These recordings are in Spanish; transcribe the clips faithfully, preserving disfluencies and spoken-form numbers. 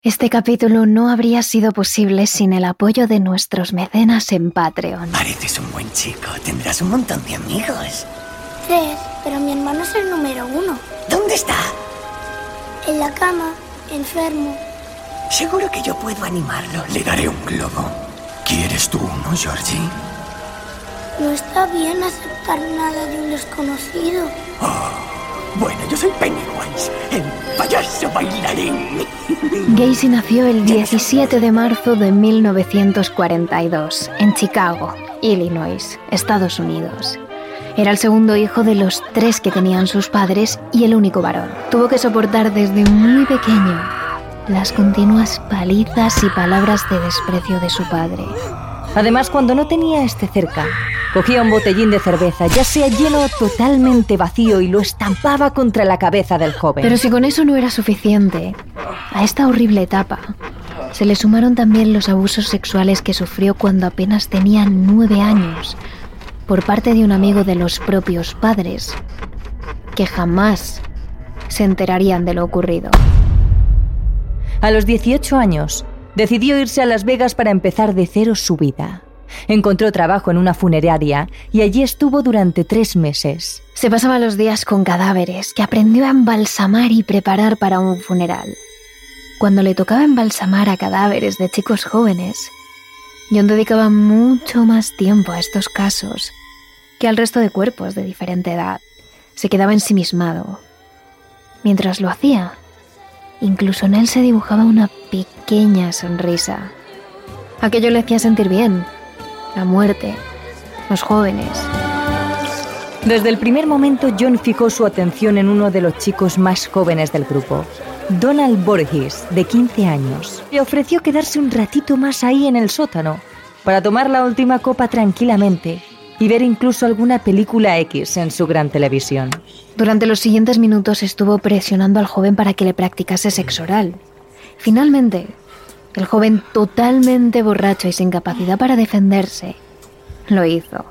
Este capítulo no habría sido posible sin el apoyo de nuestros mecenas en Patreon. Pareces un buen chico, tendrás un montón de amigos. Tres, pero mi hermano es el número uno. ¿Dónde está? En la cama, enfermo. Seguro que yo puedo animarlo. Le daré un globo. ¿Quieres tú uno, Georgie? No está bien aceptar nada de un desconocido. Oh, bueno, yo soy Pennywise, el payaso bailarín. Gacy nació el diecisiete de marzo de mil novecientos cuarenta y dos en Chicago, Illinois, Estados Unidos. Era el segundo hijo de los tres que tenían sus padres y el único varón. Tuvo que soportar desde muy pequeño las continuas palizas y palabras de desprecio de su padre. Además, cuando no tenía este cerca, cogía un botellín de cerveza, ya sea lleno o totalmente vacío, y lo estampaba contra la cabeza del joven. Pero si con eso no era suficiente, a esta horrible etapa se le sumaron también los abusos sexuales que sufrió cuando apenas tenía nueve años por parte de un amigo de los propios padres, que jamás se enterarían de lo ocurrido. A los dieciocho años, decidió irse a Las Vegas para empezar de cero su vida. Encontró trabajo en una funeraria y allí estuvo durante tres meses. Se pasaba los días con cadáveres que aprendió a embalsamar y preparar para un funeral. Cuando le tocaba embalsamar a cadáveres de chicos jóvenes, John dedicaba mucho más tiempo a estos casos que al resto de cuerpos de diferente edad. Se quedaba ensimismado. Mientras lo hacía, incluso en él se dibujaba una pequeña sonrisa. Aquello le hacía sentir bien. La muerte, los jóvenes. Desde el primer momento, John fijó su atención en uno de los chicos más jóvenes del grupo, Donald Borges, de quince años. Le ofreció quedarse un ratito más ahí en el sótano para tomar la última copa tranquilamente y ver incluso alguna película X en su gran televisión. Durante los siguientes minutos estuvo presionando al joven para que le practicase sexo oral. Finalmente, el joven, totalmente borracho y sin capacidad para defenderse, lo hizo.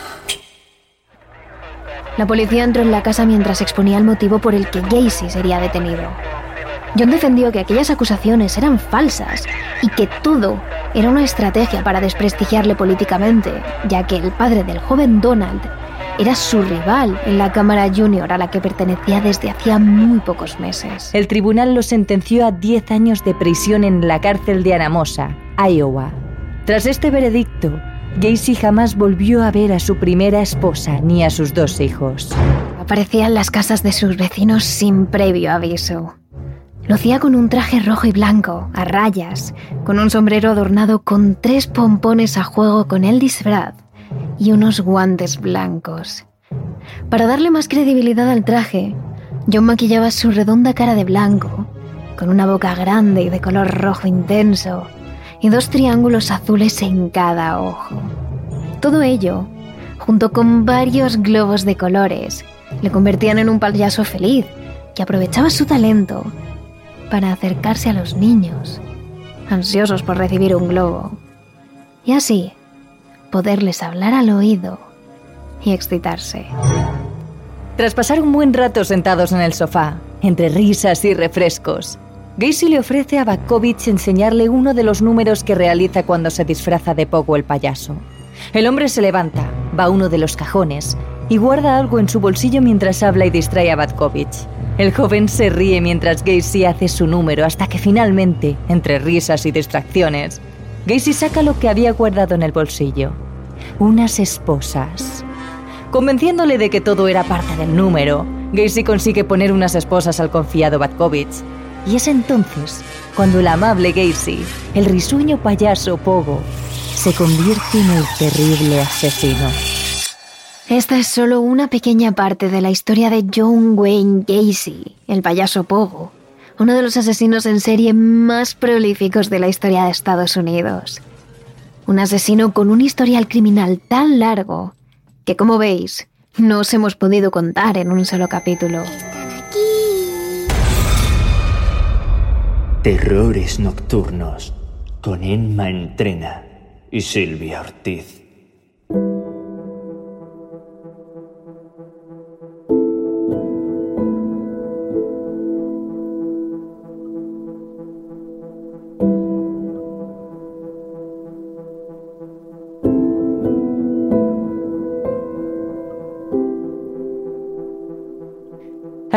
La policía entró en la casa mientras exponía el motivo por el que Gacy sería detenido. John defendió que aquellas acusaciones eran falsas y que todo era una estrategia para desprestigiarle políticamente, ya que el padre del joven Donald era su rival en la Cámara Junior a la que pertenecía desde hacía muy pocos meses. El tribunal lo sentenció a diez años de prisión en la cárcel de Anamosa, Iowa. Tras este veredicto, Gacy jamás volvió a ver a su primera esposa ni a sus dos hijos. Aparecía en las casas de sus vecinos sin previo aviso. Lucía con un traje rojo y blanco, a rayas, con un sombrero adornado con tres pompones a juego con el disfraz y unos guantes blancos. Para darle más credibilidad al traje, John maquillaba su redonda cara de blanco, con una boca grande y de color rojo intenso, y dos triángulos azules en cada ojo. Todo ello, junto con varios globos de colores, le convertían en un payaso feliz que aprovechaba su talento para acercarse a los niños, ansiosos por recibir un globo, y así poderles hablar al oído y excitarse. Tras pasar un buen rato sentados en el sofá, entre risas y refrescos, Gacy le ofrece a Batkovich enseñarle uno de los números que realiza cuando se disfraza de Pogo el payaso. El hombre se levanta, va a uno de los cajones y guarda algo en su bolsillo mientras habla y distrae a Batkovich. El joven se ríe mientras Gacy hace su número hasta que finalmente, entre risas y distracciones, Gacy saca lo que había guardado en el bolsillo: unas esposas. Convenciéndole de que todo era parte del número, Gacy consigue poner unas esposas al confiado Batkovich. Y es entonces cuando el amable Gacy, el risueño payaso Pogo, se convierte en el terrible asesino. Esta es solo una pequeña parte de la historia de John Wayne Gacy, el payaso Pogo, uno de los asesinos en serie más prolíficos de la historia de Estados Unidos. Un asesino con un historial criminal tan largo que, como veis, no os hemos podido contar en un solo capítulo. Terrores Nocturnos, con Emma Entrena y Silvia Ortiz.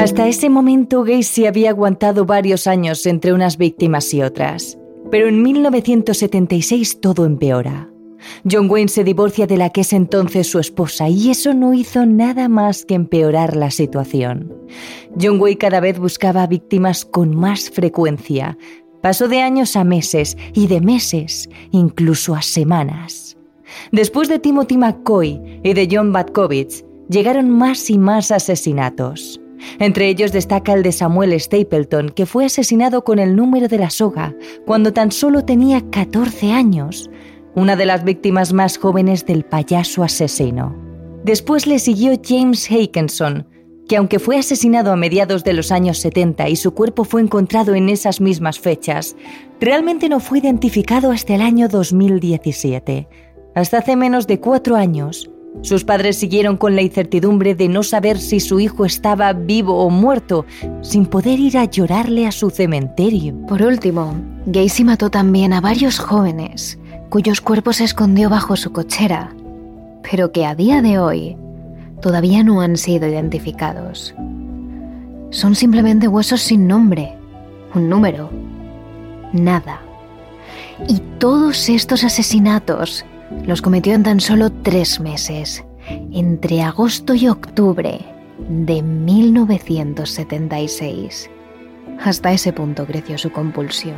Hasta ese momento, Gacy había aguantado varios años entre unas víctimas y otras. Pero en mil novecientos setenta y seis todo empeora. John Wayne se divorcia de la que es entonces su esposa y eso no hizo nada más que empeorar la situación. John Wayne cada vez buscaba víctimas con más frecuencia. Pasó de años a meses y de meses incluso a semanas. Después de Timothy McCoy y de John Batkovich, llegaron más y más asesinatos. Entre ellos destaca el de Samuel Stapleton, que fue asesinado con el número de la soga cuando tan solo tenía catorce años. Una de las víctimas más jóvenes del payaso asesino. Después le siguió James Hackenson, que aunque fue asesinado a mediados de los años setenta y su cuerpo fue encontrado en esas mismas fechas, realmente no fue identificado hasta el año dos mil diecisiete. Hasta hace menos de cuatro años, sus padres siguieron con la incertidumbre de no saber si su hijo estaba vivo o muerto, sin poder ir a llorarle a su cementerio. Por último, Gacy mató también a varios jóvenes, cuyos cuerpos se escondió bajo su cochera, pero que a día de hoy todavía no han sido identificados. Son simplemente huesos sin nombre, un número, nada. Y todos estos asesinatos los cometió en tan solo tres meses, entre agosto y octubre de mil novecientos setenta y seis. Hasta ese punto creció su compulsión.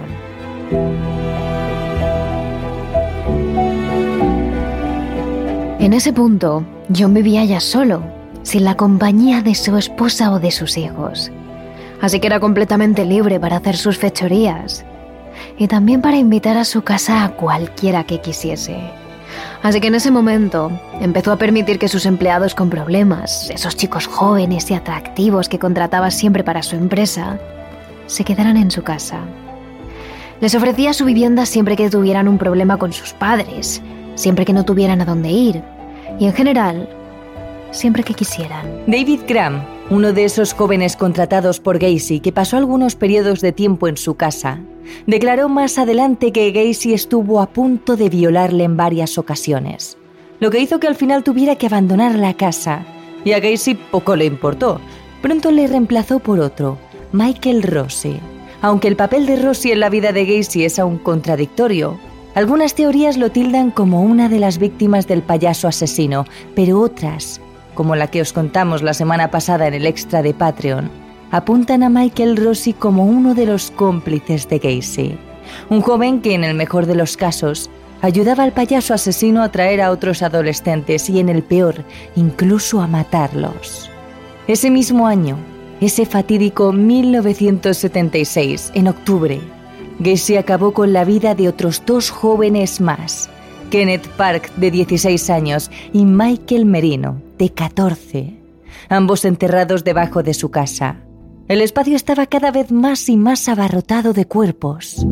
En ese punto, John vivía ya solo, sin la compañía de su esposa o de sus hijos. Así que era completamente libre para hacer sus fechorías y también para invitar a su casa a cualquiera que quisiese. Así que en ese momento empezó a permitir que sus empleados con problemas, esos chicos jóvenes y atractivos que contrataba siempre para su empresa, se quedaran en su casa. Les ofrecía su vivienda siempre que tuvieran un problema con sus padres, siempre que no tuvieran a dónde ir, y en general, siempre que quisieran. David Graham, uno de esos jóvenes contratados por Gacy que pasó algunos periodos de tiempo en su casa, declaró más adelante que Gacy estuvo a punto de violarle en varias ocasiones, lo que hizo que al final tuviera que abandonar la casa, y a Gacy poco le importó. Pronto le reemplazó por otro, Michael Rossi. Aunque el papel de Rossi en la vida de Gacy es aún contradictorio, algunas teorías lo tildan como una de las víctimas del payaso asesino, pero otras, como la que os contamos la semana pasada en el extra de Patreon, apuntan a Michael Rossi como uno de los cómplices de Gacy. Un joven que, en el mejor de los casos, ayudaba al payaso asesino a atraer a otros adolescentes y, en el peor, incluso a matarlos. Ese mismo año, ese fatídico mil novecientos setenta y seis, en octubre, Gacy acabó con la vida de otros dos jóvenes más, Kenneth Park, de dieciséis años, y Michael Merino, de catorce, ambos enterrados debajo de su casa. El espacio estaba cada vez más y más abarrotado de cuerpos.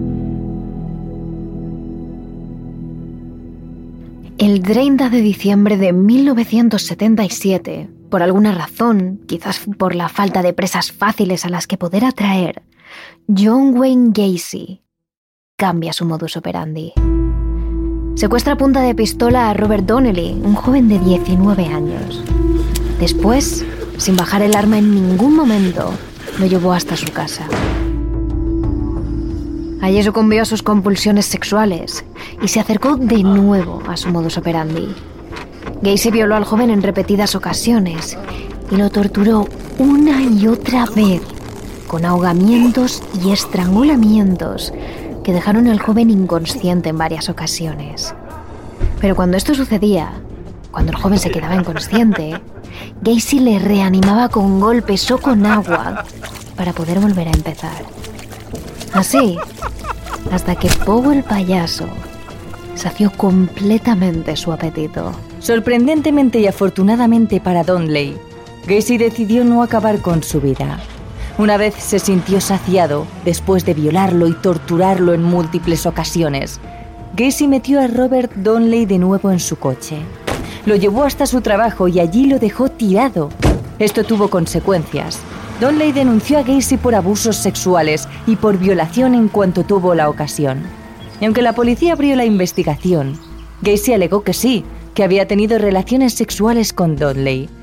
El treinta de diciembre de mil novecientos setenta y siete, por alguna razón, quizás por la falta de presas fáciles a las que poder atraer, John Wayne Gacy cambia su modus operandi. Secuestra a punta de pistola a Robert Donnelly, un joven de diecinueve años. Después, sin bajar el arma en ningún momento, lo llevó hasta su casa. Allí sucumbió a sus compulsiones sexuales y se acercó de nuevo a su modus operandi. Gacy violó al joven en repetidas ocasiones y lo torturó una y otra vez, con ahogamientos y estrangulamientos que dejaron al joven inconsciente en varias ocasiones. Pero cuando esto sucedía, cuando el joven se quedaba inconsciente, Gacy le reanimaba con golpes o con agua para poder volver a empezar. Así, hasta que Pogo el payaso sació completamente su apetito. Sorprendentemente y afortunadamente para Donnelly, Gacy decidió no acabar con su vida. Una vez se sintió saciado, después de violarlo y torturarlo en múltiples ocasiones, Gacy metió a Robert Donnelly de nuevo en su coche. Lo llevó hasta su trabajo y allí lo dejó tirado. Esto tuvo consecuencias. Donnelly denunció a Gacy por abusos sexuales y por violación en cuanto tuvo la ocasión. Y aunque la policía abrió la investigación, Gacy alegó que sí, que había tenido relaciones sexuales con Donnelly.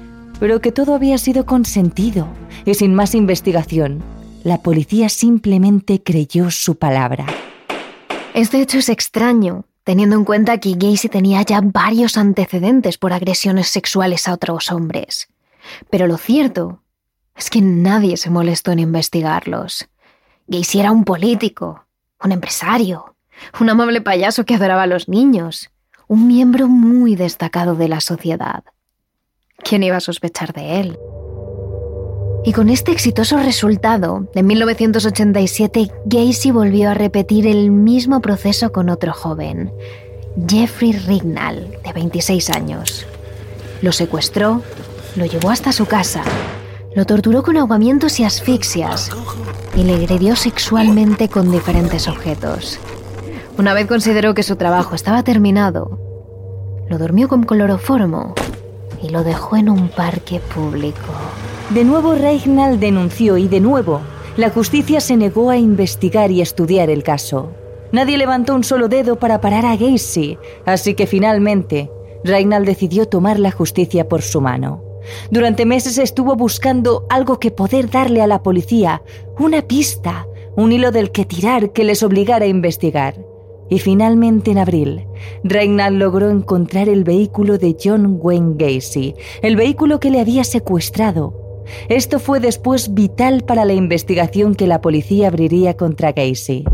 pero que todo había sido consentido y sin más investigación, la policía simplemente creyó su palabra. Este hecho es extraño, teniendo en cuenta que Gacy tenía ya varios antecedentes por agresiones sexuales a otros hombres. Pero lo cierto es que nadie se molestó en investigarlos. Gacy era un político, un empresario, un amable payaso que adoraba a los niños, un miembro muy destacado de la sociedad. ¿Quién iba a sospechar de él? Y con este exitoso resultado, en mil novecientos ochenta y siete, Gacy volvió a repetir el mismo proceso con otro joven, Jeffrey Rignall, de veintiséis años. Lo secuestró, lo llevó hasta su casa, lo torturó con ahogamientos y asfixias y le agredió sexualmente con diferentes objetos. Una vez consideró que su trabajo estaba terminado, lo durmió con cloroformo y lo dejó en un parque público. De nuevo Rignall denunció y de nuevo la justicia se negó a investigar y estudiar el caso. Nadie levantó un solo dedo para parar a Gacy, así que finalmente Rignall decidió tomar la justicia por su mano. Durante meses estuvo buscando algo que poder darle a la policía, una pista, un hilo del que tirar que les obligara a investigar. Y finalmente en abril, Rignall logró encontrar el vehículo de John Wayne Gacy, el vehículo que le había secuestrado. Esto fue después vital para la investigación que la policía abriría contra Gacy.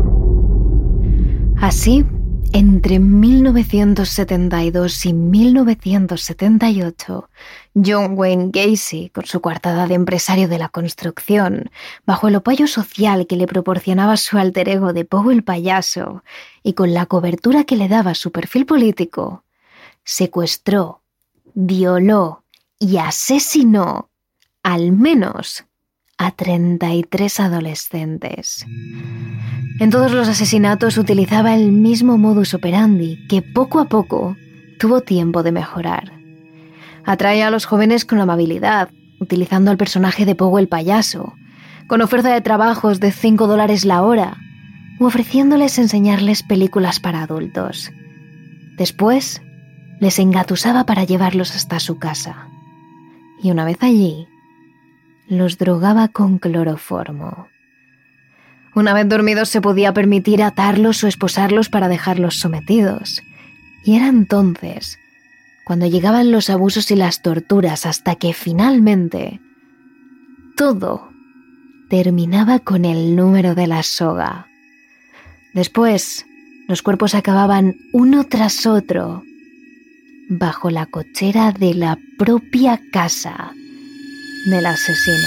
Así, entre mil novecientos setenta y dos y mil novecientos setenta y ocho, John Wayne Gacy, con su coartada de empresario de la construcción, bajo el apoyo social que le proporcionaba su alter ego de Pogo el payaso y con la cobertura que le daba su perfil político, secuestró, violó y asesinó al menos a treinta y tres adolescentes. En todos los asesinatos utilizaba el mismo modus operandi que poco a poco tuvo tiempo de mejorar. Atraía a los jóvenes con amabilidad, utilizando el personaje de Pogo el payaso, con oferta de trabajos de cinco dólares la hora, u ofreciéndoles enseñarles películas para adultos. Después, les engatusaba para llevarlos hasta su casa. Y una vez allí, los drogaba con cloroformo. Una vez dormidos se podía permitir atarlos o esposarlos para dejarlos sometidos. Y era entonces cuando llegaban los abusos y las torturas hasta que finalmente todo terminaba con el número de la soga. Después, los cuerpos acababan uno tras otro bajo la cochera de la propia casa del asesino.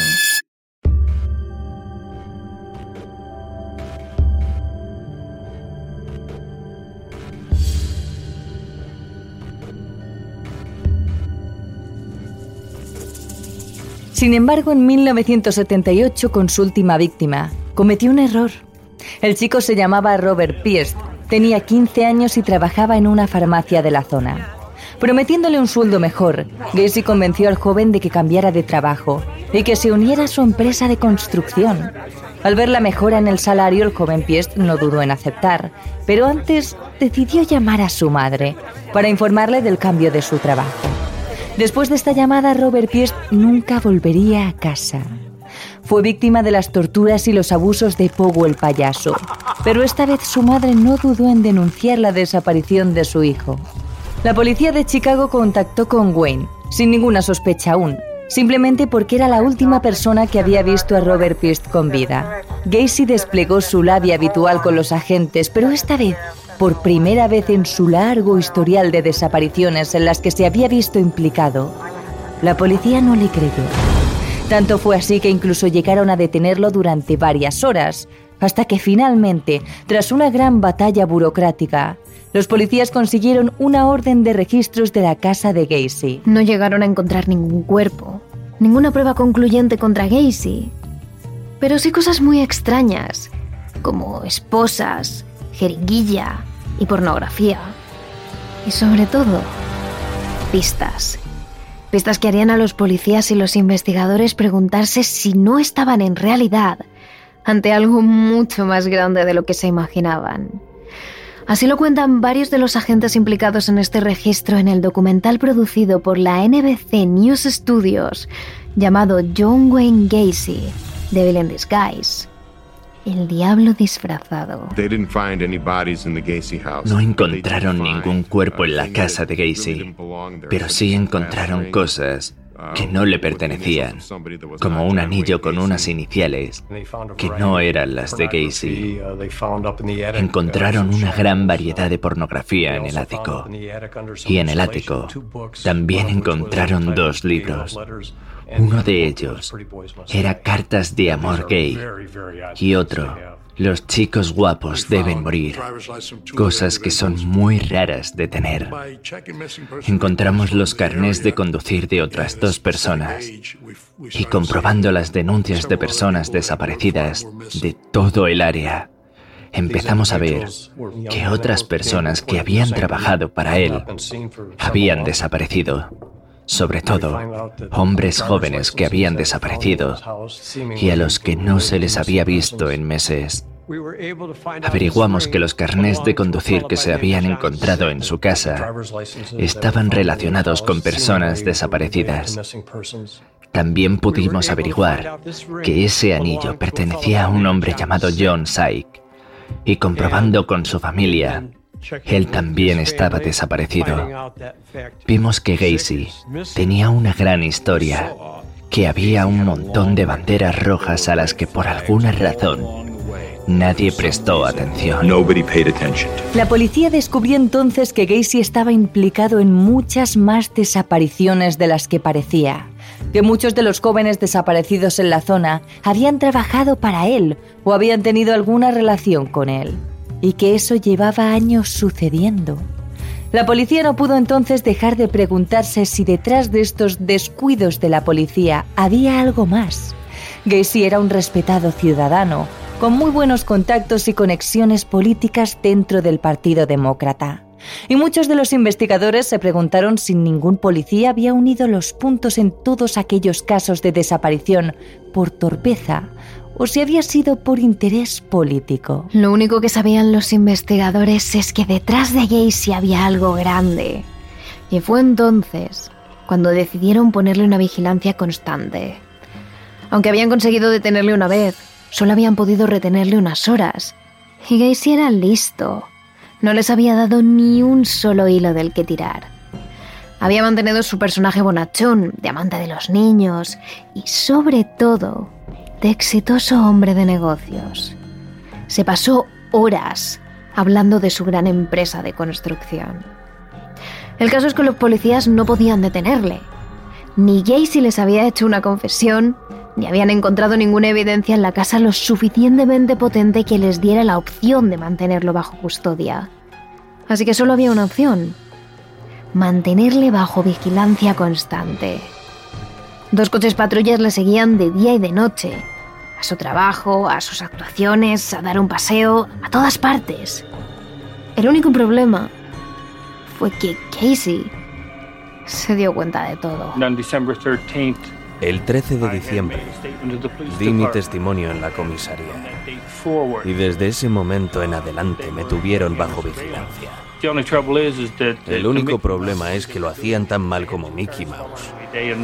Sin embargo, en mil novecientos setenta y ocho, con su última víctima, cometió un error. El chico se llamaba Robert Pierce, tenía quince años y trabajaba en una farmacia de la zona. Prometiéndole un sueldo mejor, Gacy convenció al joven de que cambiara de trabajo y que se uniera a su empresa de construcción. Al ver la mejora en el salario, el joven Pierce no dudó en aceptar, pero antes decidió llamar a su madre para informarle del cambio de su trabajo. Después de esta llamada, Robert Pierce nunca volvería a casa. Fue víctima de las torturas y los abusos de Pogo el payaso, pero esta vez su madre no dudó en denunciar la desaparición de su hijo. La policía de Chicago contactó con Wayne, sin ninguna sospecha aún, simplemente porque era la última persona que había visto a Robert Pierce con vida. Gacy desplegó su labia habitual con los agentes, pero esta vez, por primera vez en su largo historial de desapariciones en las que se había visto implicado, la policía no le creyó. Tanto fue así que incluso llegaron a detenerlo durante varias horas, hasta que finalmente, tras una gran batalla burocrática, los policías consiguieron una orden de registros de la casa de Gacy. No llegaron a encontrar ningún cuerpo, ninguna prueba concluyente contra Gacy, pero sí cosas muy extrañas, como esposas, jeringuilla y pornografía. Y sobre todo, pistas. Pistas que harían a los policías y los investigadores preguntarse si no estaban en realidad ante algo mucho más grande de lo que se imaginaban. Así lo cuentan varios de los agentes implicados en este registro en el documental producido por la N B C News Studios llamado John Wayne Gacy, Devil in Disguise, el diablo disfrazado. No encontraron ningún cuerpo en la casa de Gacy, pero sí encontraron cosas que no le pertenecían, como un anillo con unas iniciales que no eran las de Gacy. Encontraron una gran variedad de pornografía en el ático, y en el ático también encontraron dos libros. Uno de ellos era Cartas de amor gay y otro, Los chicos guapos deben morir, cosas que son muy raras de tener. Encontramos los carnés de conducir de otras dos personas y comprobando las denuncias de personas desaparecidas de todo el área, empezamos a ver que otras personas que habían trabajado para él habían desaparecido. Sobre todo, hombres jóvenes que habían desaparecido y a los que no se les había visto en meses. Averiguamos que los carnés de conducir que se habían encontrado en su casa estaban relacionados con personas desaparecidas. También pudimos averiguar que ese anillo pertenecía a un hombre llamado John Syke, y comprobando con su familia, él también estaba desaparecido. Vimos que Gacy tenía una gran historia, que había un montón de banderas rojas a las que por alguna razón nadie prestó atención. La policía descubrió entonces que Gacy estaba implicado en muchas más desapariciones de las que parecía, que muchos de los jóvenes desaparecidos en la zona habían trabajado para él o habían tenido alguna relación con él, y que eso llevaba años sucediendo. La policía no pudo entonces dejar de preguntarse si detrás de estos descuidos de la policía había algo más. Gacy era un respetado ciudadano, con muy buenos contactos y conexiones políticas dentro del Partido Demócrata. Y muchos de los investigadores se preguntaron si ningún policía había unido los puntos en todos aquellos casos de desaparición por torpeza, o si había sido por interés político. Lo único que sabían los investigadores es que detrás de Gacy había algo grande. Y fue entonces cuando decidieron ponerle una vigilancia constante. Aunque habían conseguido detenerle una vez, solo habían podido retenerle unas horas. Y Gacy era listo. No les había dado ni un solo hilo del que tirar. Había mantenido su personaje bonachón, de amante de los niños y, sobre todo, de exitoso hombre de negocios. Se pasó horas hablando de su gran empresa de construcción. El caso es que los policías no podían detenerle. Ni Gacy les había hecho una confesión, ni habían encontrado ninguna evidencia en la casa lo suficientemente potente que les diera la opción de mantenerlo bajo custodia. Así que solo había una opción: mantenerle bajo vigilancia constante. Dos coches patrullas le seguían de día y de noche, a su trabajo, a sus actuaciones, a dar un paseo, a todas partes. El único problema fue que Gacy se dio cuenta de todo. El trece de diciembre di mi testimonio en la comisaría y desde ese momento en adelante me tuvieron bajo vigilancia. El único problema es que lo hacían tan mal como Mickey Mouse.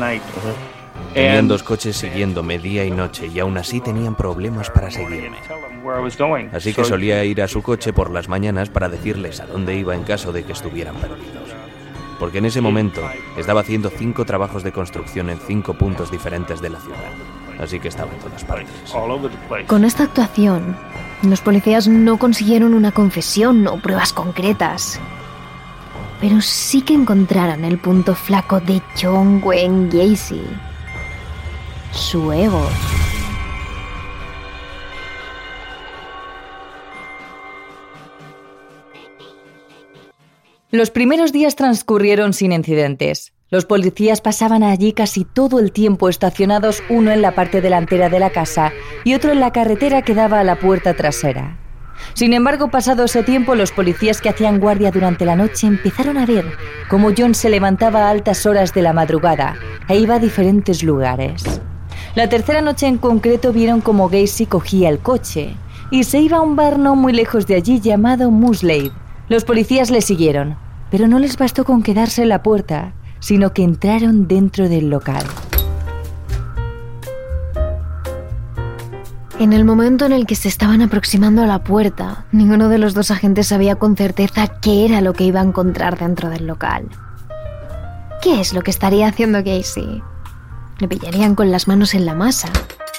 Tenían dos coches siguiéndome día y noche y aún así tenían problemas para seguirme. Así que solía ir a su coche por las mañanas para decirles a dónde iba en caso de que estuvieran perdidos. Porque en ese momento estaba haciendo cinco trabajos de construcción en cinco puntos diferentes de la ciudad. Así que estaba en todas partes. Con esta actuación, los policías no consiguieron una confesión o pruebas concretas. Pero sí que encontraron el punto flaco de John Wayne Gacy: su ego. Los primeros días transcurrieron sin incidentes. Los policías pasaban allí casi todo el tiempo estacionados, uno en la parte delantera de la casa y otro en la carretera que daba a la puerta trasera. Sin embargo, pasado ese tiempo, los policías que hacían guardia durante la noche empezaron a ver cómo John se levantaba a altas horas de la madrugada e iba a diferentes lugares. La tercera noche en concreto vieron cómo Gacy cogía el coche y se iba a un bar no muy lejos de allí llamado Muslade, Los policías le siguieron, pero no les bastó con quedarse en la puerta, sino que entraron dentro del local. En el momento en el que se estaban aproximando a la puerta, ninguno de los dos agentes sabía con certeza qué era lo que iba a encontrar dentro del local. ¿Qué es lo que estaría haciendo Gacy? Le pillarían con las manos en la masa.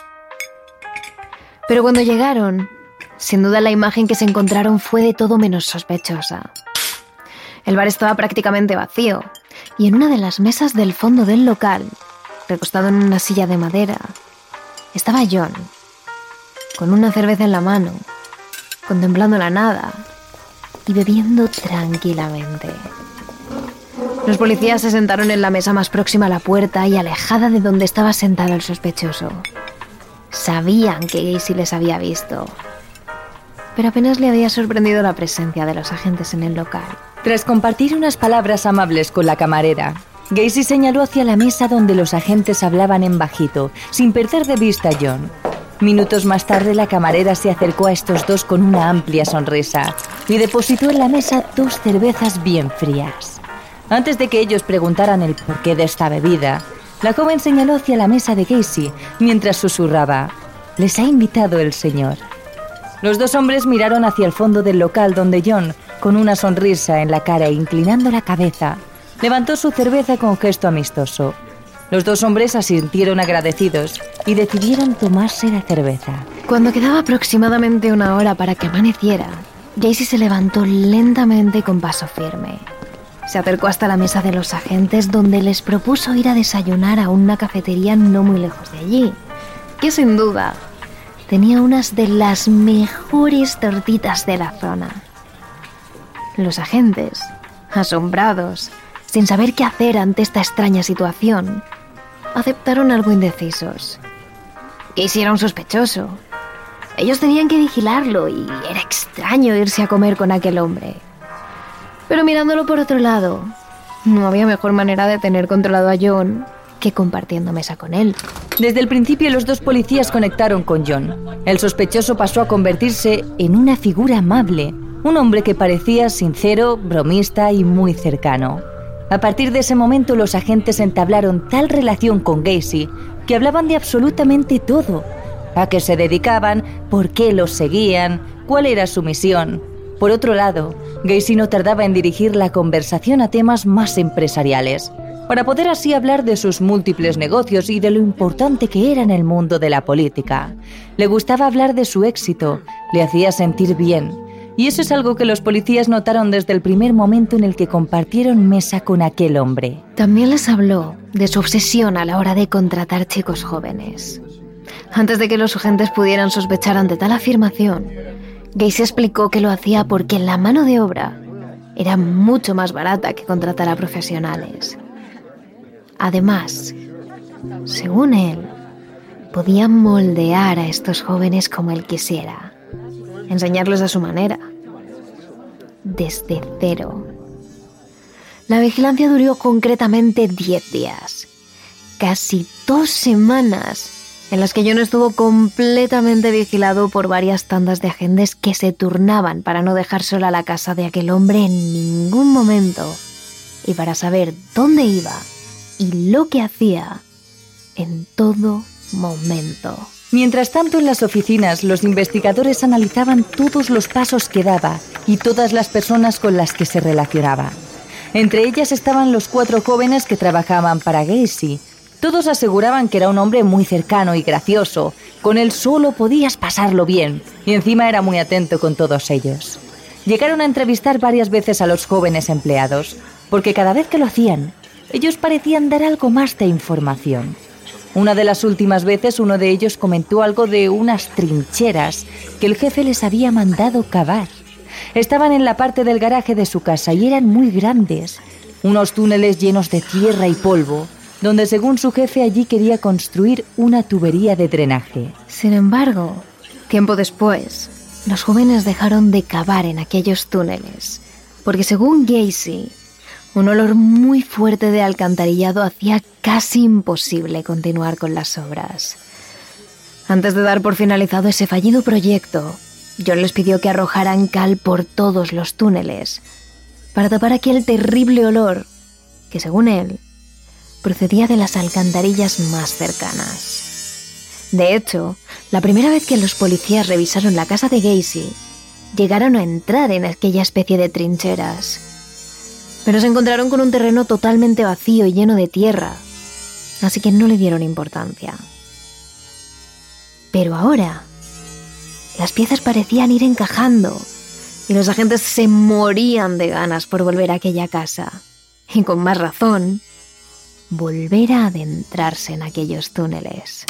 Pero cuando llegaron, sin duda la imagen que se encontraron fue de todo menos sospechosa. El bar estaba prácticamente vacío, y en una de las mesas del fondo del local, recostado en una silla de madera, estaba John, con una cerveza en la mano, contemplando la nada y bebiendo tranquilamente. Los policías se sentaron en la mesa más próxima a la puerta y alejada de donde estaba sentado el sospechoso. Sabían que Gacy les había visto, pero apenas le había sorprendido la presencia de los agentes en el local. Tras compartir unas palabras amables con la camarera, Gacy señaló hacia la mesa donde los agentes hablaban en bajito, sin perder de vista a John. Minutos más tarde, la camarera se acercó a estos dos con una amplia sonrisa y depositó en la mesa dos cervezas bien frías. Antes de que ellos preguntaran el porqué de esta bebida, la joven señaló hacia la mesa de Gacy mientras susurraba: «Les ha invitado el señor». Los dos hombres miraron hacia el fondo del local donde John, con una sonrisa en la cara e inclinando la cabeza, levantó su cerveza con gesto amistoso. Los dos hombres asintieron agradecidos y decidieron tomarse la cerveza. Cuando quedaba aproximadamente una hora para que amaneciera, Gacy se levantó lentamente con paso firme. Se acercó hasta la mesa de los agentes, donde les propuso ir a desayunar a una cafetería no muy lejos de allí, que sin duda tenía unas de las mejores tortitas de la zona. Los agentes, asombrados, sin saber qué hacer ante esta extraña situación, aceptaron algo indecisos. Gacy era un sospechoso. Ellos tenían que vigilarlo y era extraño irse a comer con aquel hombre. Pero mirándolo por otro lado, no había mejor manera de tener controlado a John que compartiendo mesa con él. Desde el principio los dos policías conectaron con John. El sospechoso pasó a convertirse en una figura amable, un hombre que parecía sincero, bromista y muy cercano. A partir de ese momento los agentes entablaron tal relación con Gacy que hablaban de absolutamente todo. A qué se dedicaban, por qué los seguían, cuál era su misión. Por otro lado, Gacy no tardaba en dirigir la conversación a temas más empresariales, para poder así hablar de sus múltiples negocios y de lo importante que era en el mundo de la política. Le gustaba hablar de su éxito, le hacía sentir bien. Y eso es algo que los policías notaron desde el primer momento en el que compartieron mesa con aquel hombre. También les habló de su obsesión a la hora de contratar chicos jóvenes. Antes de que los agentes pudieran sospechar ante tal afirmación, Gacy explicó que lo hacía porque la mano de obra era mucho más barata que contratar a profesionales. Además, según él, podía moldear a estos jóvenes como él quisiera, enseñarles a su manera, desde cero. La vigilancia duró concretamente diez días, casi dos semanas, en las que John estuvo completamente vigilado por varias tandas de agentes que se turnaban para no dejar sola la casa de aquel hombre en ningún momento y para saber dónde iba y lo que hacía en todo momento. Mientras tanto, en las oficinas, los investigadores analizaban todos los pasos que daba y todas las personas con las que se relacionaba. Entre ellas estaban los cuatro jóvenes que trabajaban para Gacy. Todos aseguraban que era un hombre muy cercano y gracioso. Con él solo podías pasarlo bien y encima era muy atento con todos ellos. Llegaron a entrevistar varias veces a los jóvenes empleados, porque cada vez que lo hacían, ellos parecían dar algo más de información. Una de las últimas veces uno de ellos comentó algo de unas trincheras que el jefe les había mandado cavar. Estaban en la parte del garaje de su casa y eran muy grandes, unos túneles llenos de tierra y polvo, donde según su jefe allí quería construir una tubería de drenaje. Sin embargo, tiempo después, los jóvenes dejaron de cavar en aquellos túneles, porque según Gacy, un olor muy fuerte de alcantarillado hacía casi imposible continuar con las obras. Antes de dar por finalizado ese fallido proyecto, John les pidió que arrojaran cal por todos los túneles para tapar aquel terrible olor que, según él, procedía de las alcantarillas más cercanas. De hecho, la primera vez que los policías revisaron la casa de Gacy, llegaron a entrar en aquella especie de trincheras, pero se encontraron con un terreno totalmente vacío y lleno de tierra, así que no le dieron importancia. Pero ahora, las piezas parecían ir encajando y los agentes se morían de ganas por volver a aquella casa. Y con más razón, volver a adentrarse en aquellos túneles.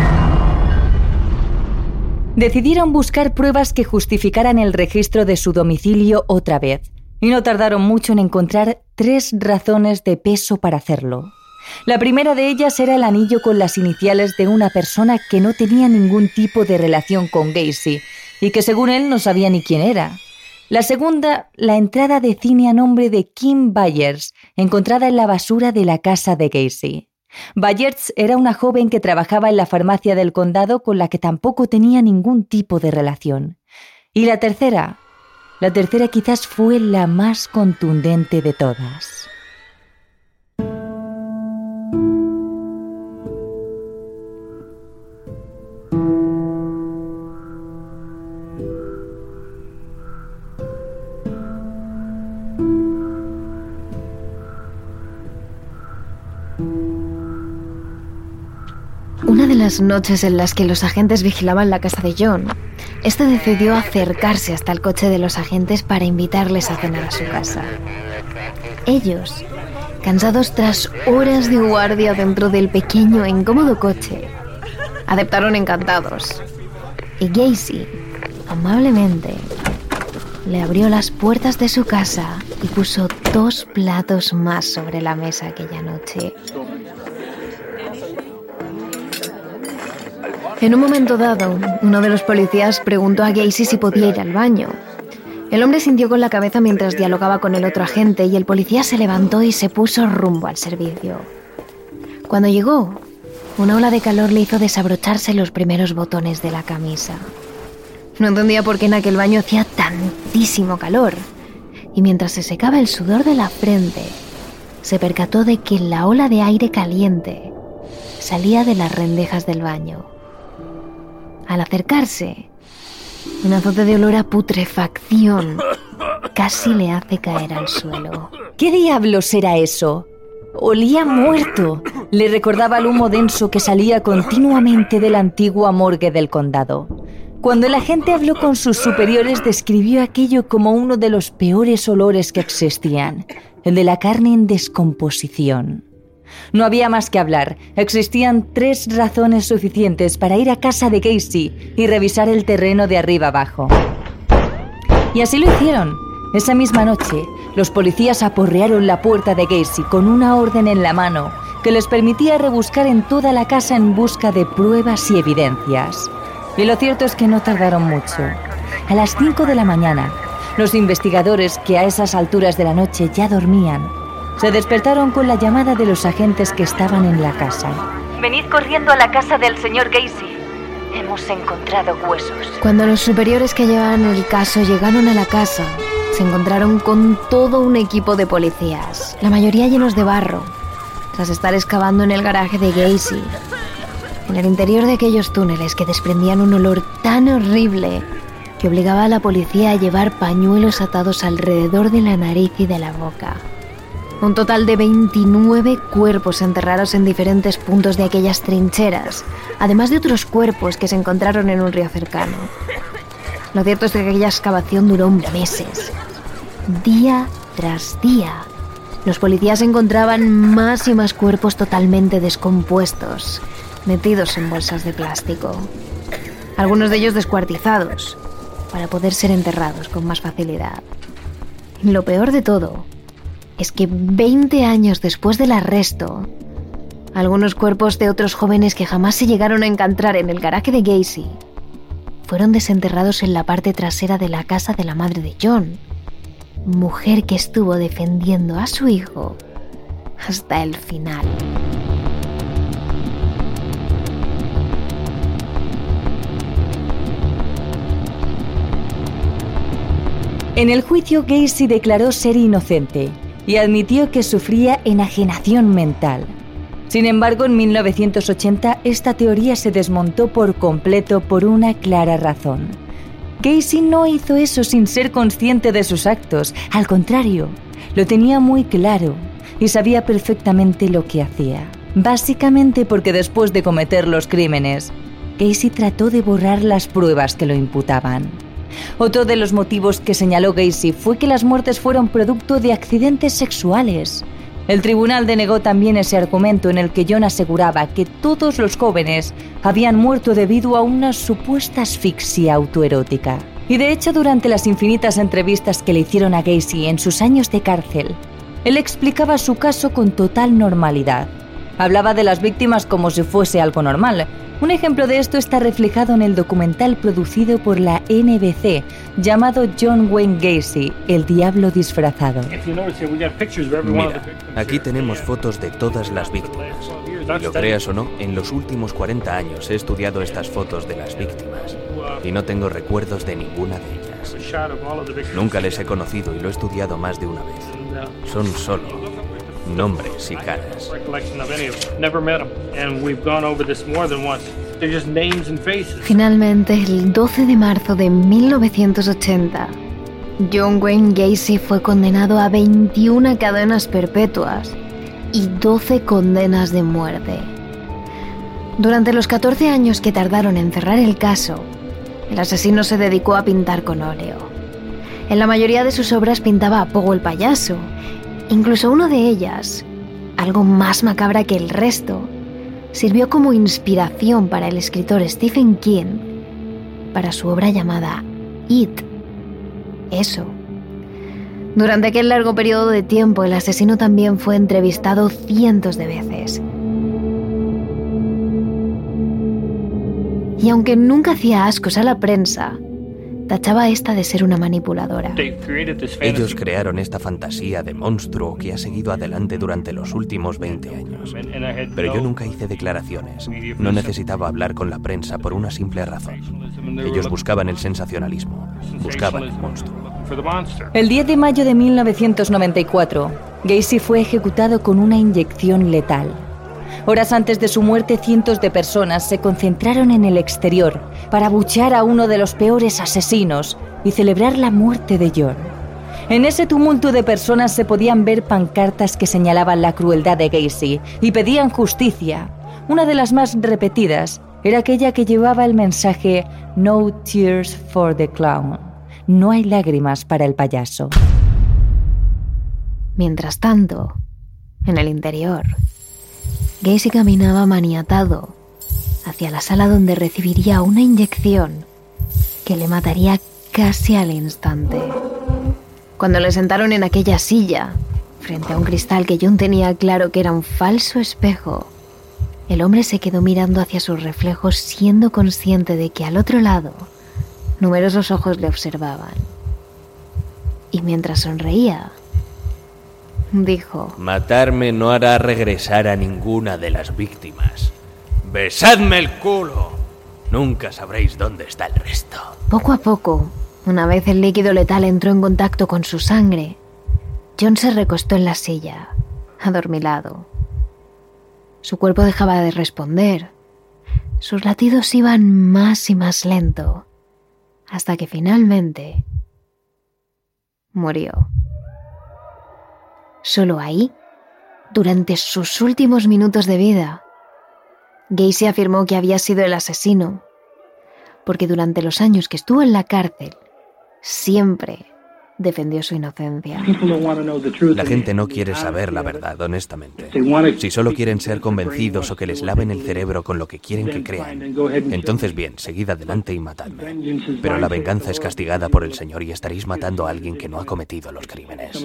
Decidieron buscar pruebas que justificaran el registro de su domicilio otra vez, y no tardaron mucho en encontrar tres razones de peso para hacerlo. La primera de ellas era el anillo con las iniciales de una persona que no tenía ningún tipo de relación con Gacy y que según él no sabía ni quién era. La segunda, la entrada de cine a nombre de Kim Byers, encontrada en la basura de la casa de Gacy. Byers era una joven que trabajaba en la farmacia del condado con la que tampoco tenía ningún tipo de relación. Y la tercera, la tercera quizás fue la más contundente de todas. Una de las noches en las que los agentes vigilaban la casa de John, este decidió acercarse hasta el coche de los agentes para invitarles a cenar a su casa. Ellos, cansados tras horas de guardia dentro del pequeño e incómodo coche, aceptaron encantados. Y Gacy, amablemente, le abrió las puertas de su casa y puso dos platos más sobre la mesa aquella noche. En un momento dado, uno de los policías preguntó a Gacy si podía ir al baño. El hombre sintió con la cabeza mientras dialogaba con el otro agente y el policía se levantó y se puso rumbo al servicio. Cuando llegó, una ola de calor le hizo desabrocharse los primeros botones de la camisa. No entendía por qué en aquel baño hacía tantísimo calor, y mientras se secaba el sudor de la frente, se percató de que la ola de aire caliente salía de las rendejas del baño. Al acercarse, un azote de olor a putrefacción casi le hace caer al suelo. ¿Qué diablos era eso? Olía muerto. Le recordaba el humo denso que salía continuamente de la antigua morgue del condado. Cuando el agente habló con sus superiores, describió aquello como uno de los peores olores que existían, el de la carne en descomposición. No había más que hablar. Existían tres razones suficientes para ir a casa de Gacy y revisar el terreno de arriba abajo. Y así lo hicieron. Esa misma noche, los policías aporrearon la puerta de Gacy con una orden en la mano que les permitía rebuscar en toda la casa en busca de pruebas y evidencias. Y lo cierto es que no tardaron mucho. A las cinco de la mañana, los investigadores, que a esas alturas de la noche ya dormían, se despertaron con la llamada de los agentes que estaban en la casa. Venid corriendo a la casa del señor Gacy. Hemos encontrado huesos. Cuando los superiores que llevaban el caso llegaron a la casa, se encontraron con todo un equipo de policías, la mayoría llenos de barro, tras estar excavando en el garaje de Gacy, en el interior de aquellos túneles que desprendían un olor tan horrible que obligaba a la policía a llevar pañuelos atados alrededor de la nariz y de la boca. Un total de veintinueve cuerpos enterrados en diferentes puntos de aquellas trincheras, además de otros cuerpos que se encontraron en un río cercano. Lo cierto es que aquella excavación duró meses. Día tras día, los policías encontraban más y más cuerpos totalmente descompuestos, metidos en bolsas de plástico. Algunos de ellos descuartizados, para poder ser enterrados con más facilidad. Y lo peor de todo es que veinte años después del arresto, algunos cuerpos de otros jóvenes que jamás se llegaron a encontrar en el garaje de Gacy fueron desenterrados en la parte trasera de la casa de la madre de John, mujer que estuvo defendiendo a su hijo hasta el final. En el juicio, Gacy declaró ser inocente y admitió que sufría enajenación mental. Sin embargo, en mil novecientos ochenta esta teoría se desmontó por completo por una clara razón. Gacy no hizo eso sin ser consciente de sus actos. Al contrario, lo tenía muy claro y sabía perfectamente lo que hacía. Básicamente porque después de cometer los crímenes, Gacy trató de borrar las pruebas que lo imputaban. Otro de los motivos que señaló Gacy fue que las muertes fueron producto de accidentes sexuales. El tribunal denegó también ese argumento en el que John aseguraba que todos los jóvenes habían muerto debido a una supuesta asfixia autoerótica. Y de hecho, durante las infinitas entrevistas que le hicieron a Gacy en sus años de cárcel, él explicaba su caso con total normalidad. Hablaba de las víctimas como si fuese algo normal. Un ejemplo de esto está reflejado en el documental producido por la N B C llamado John Wayne Gacy, El Diablo Disfrazado. Mira, aquí tenemos fotos de todas las víctimas. Y lo creas o no, en los últimos cuarenta años he estudiado estas fotos de las víctimas y no tengo recuerdos de ninguna de ellas. Nunca les he conocido y lo he estudiado más de una vez. Son solo nombres y caras. Finalmente, el doce de marzo de mil novecientos ochenta, John Wayne Gacy fue condenado a veintiuna cadenas perpetuas y doce condenas de muerte. Durante los catorce años que tardaron en cerrar el caso, el asesino se dedicó a pintar con óleo. En la mayoría de sus obras pintaba a Pogo el payaso. Incluso una de ellas, algo más macabra que el resto, sirvió como inspiración para el escritor Stephen King para su obra llamada It. Eso. Durante aquel largo periodo de tiempo, el asesino también fue entrevistado cientos de veces. Y aunque nunca hacía ascos a la prensa, tachaba a esta de ser una manipuladora. Ellos crearon esta fantasía de monstruo que ha seguido adelante durante los últimos veinte años. Pero yo nunca hice declaraciones. No necesitaba hablar con la prensa por una simple razón. Ellos buscaban el sensacionalismo, buscaban el monstruo. El diez de mayo de mil novecientos noventa y cuatro, Gacy fue ejecutado con una inyección letal. Horas antes de su muerte, cientos de personas se concentraron en el exterior para abuchear a uno de los peores asesinos y celebrar la muerte de John. En ese tumulto de personas se podían ver pancartas que señalaban la crueldad de Gacy y pedían justicia. Una de las más repetidas era aquella que llevaba el mensaje "No tears for the clown", no hay lágrimas para el payaso. Mientras tanto, en el interior, Gacy caminaba maniatado hacia la sala donde recibiría una inyección que le mataría casi al instante. Cuando le sentaron en aquella silla, frente a un cristal que John tenía claro que era un falso espejo, el hombre se quedó mirando hacia sus reflejos, siendo consciente de que al otro lado numerosos ojos le observaban. Y mientras sonreía, dijo: matarme no hará regresar a ninguna de las víctimas. ¡Besadme el culo! Nunca sabréis dónde está el resto. Poco a poco, una vez el líquido letal entró en contacto con su sangre, John se recostó en la silla, adormilado. Su cuerpo dejaba de responder. Sus latidos iban más y más lento, hasta que finalmente murió. Solo ahí, durante sus últimos minutos de vida, Gacy afirmó que había sido el asesino, porque durante los años que estuvo en la cárcel, siempre defendió su inocencia. La gente no quiere saber la verdad, honestamente. Si solo quieren ser convencidos o que les laven el cerebro con lo que quieren que crean, entonces bien, seguid adelante y matadme. Pero la venganza es castigada por el Señor y estaréis matando a alguien que no ha cometido los crímenes.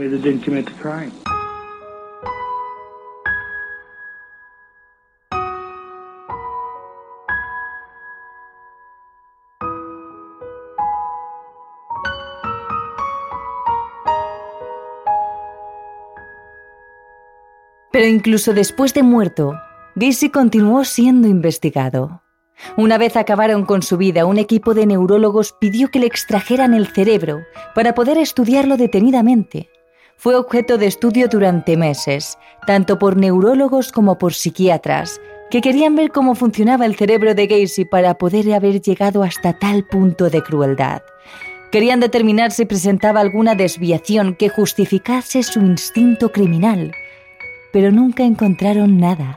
Pero incluso después de muerto, Gacy continuó siendo investigado. Una vez acabaron con su vida, un equipo de neurólogos pidió que le extrajeran el cerebro para poder estudiarlo detenidamente. Fue objeto de estudio durante meses, tanto por neurólogos como por psiquiatras, que querían ver cómo funcionaba el cerebro de Gacy para poder haber llegado hasta tal punto de crueldad. Querían determinar si presentaba alguna desviación que justificase su instinto criminal, pero nunca encontraron nada.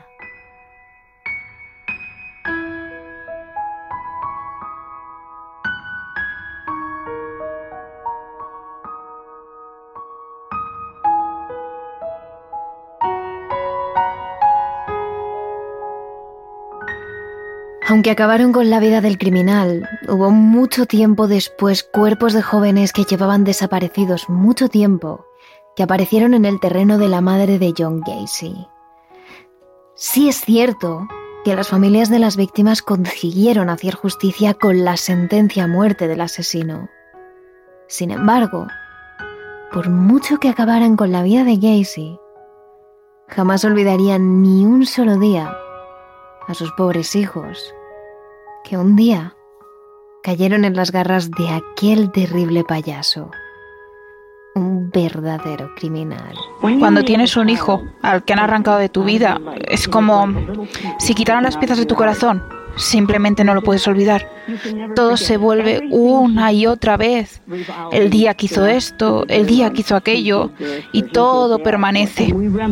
Aunque acabaron con la vida del criminal, hubo mucho tiempo después cuerpos de jóvenes que llevaban desaparecidos mucho tiempo que aparecieron en el terreno de la madre de John Gacy. Sí es cierto que las familias de las víctimas consiguieron hacer justicia con la sentencia a muerte del asesino. Sin embargo, por mucho que acabaran con la vida de Gacy, jamás olvidarían ni un solo día a sus pobres hijos, que un día cayeron en las garras de aquel terrible payaso, un verdadero criminal. Cuando tienes un hijo al que han arrancado de tu vida, es como si quitaran las piezas de tu corazón. Simplemente no lo puedes olvidar. Todo se vuelve una y otra vez. El día que hizo esto, el día que hizo aquello, y todo permanece.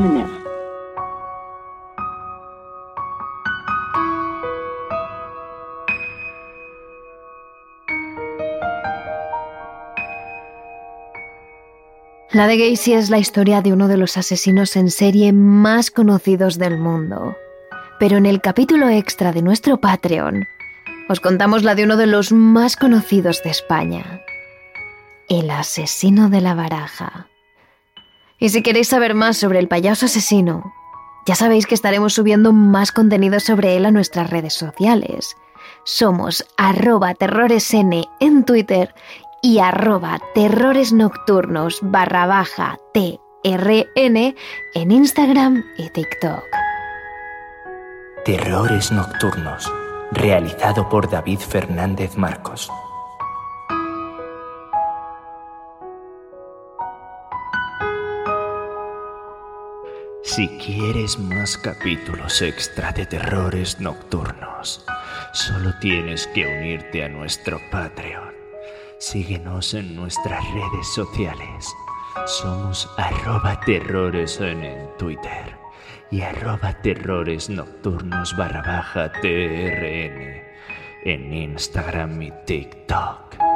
La de Gacy es la historia de uno de los asesinos en serie más conocidos del mundo. Pero en el capítulo extra de nuestro Patreon, os contamos la de uno de los más conocidos de España. El asesino de la baraja. Y si queréis saber más sobre el payaso asesino, ya sabéis que estaremos subiendo más contenido sobre él a nuestras redes sociales. Somos arroba terroresn en Twitter y arroba terroresnocturnos barra baja trn en Instagram y TikTok. Terrores Nocturnos, realizado por David Fernández Marcos. Si quieres más capítulos extra de Terrores Nocturnos, solo tienes que unirte a nuestro Patreon. Síguenos en nuestras redes sociales. Somos arroba terroresn en Twitter y arroba terroresnocturnos barra baja trn en Instagram y TikTok.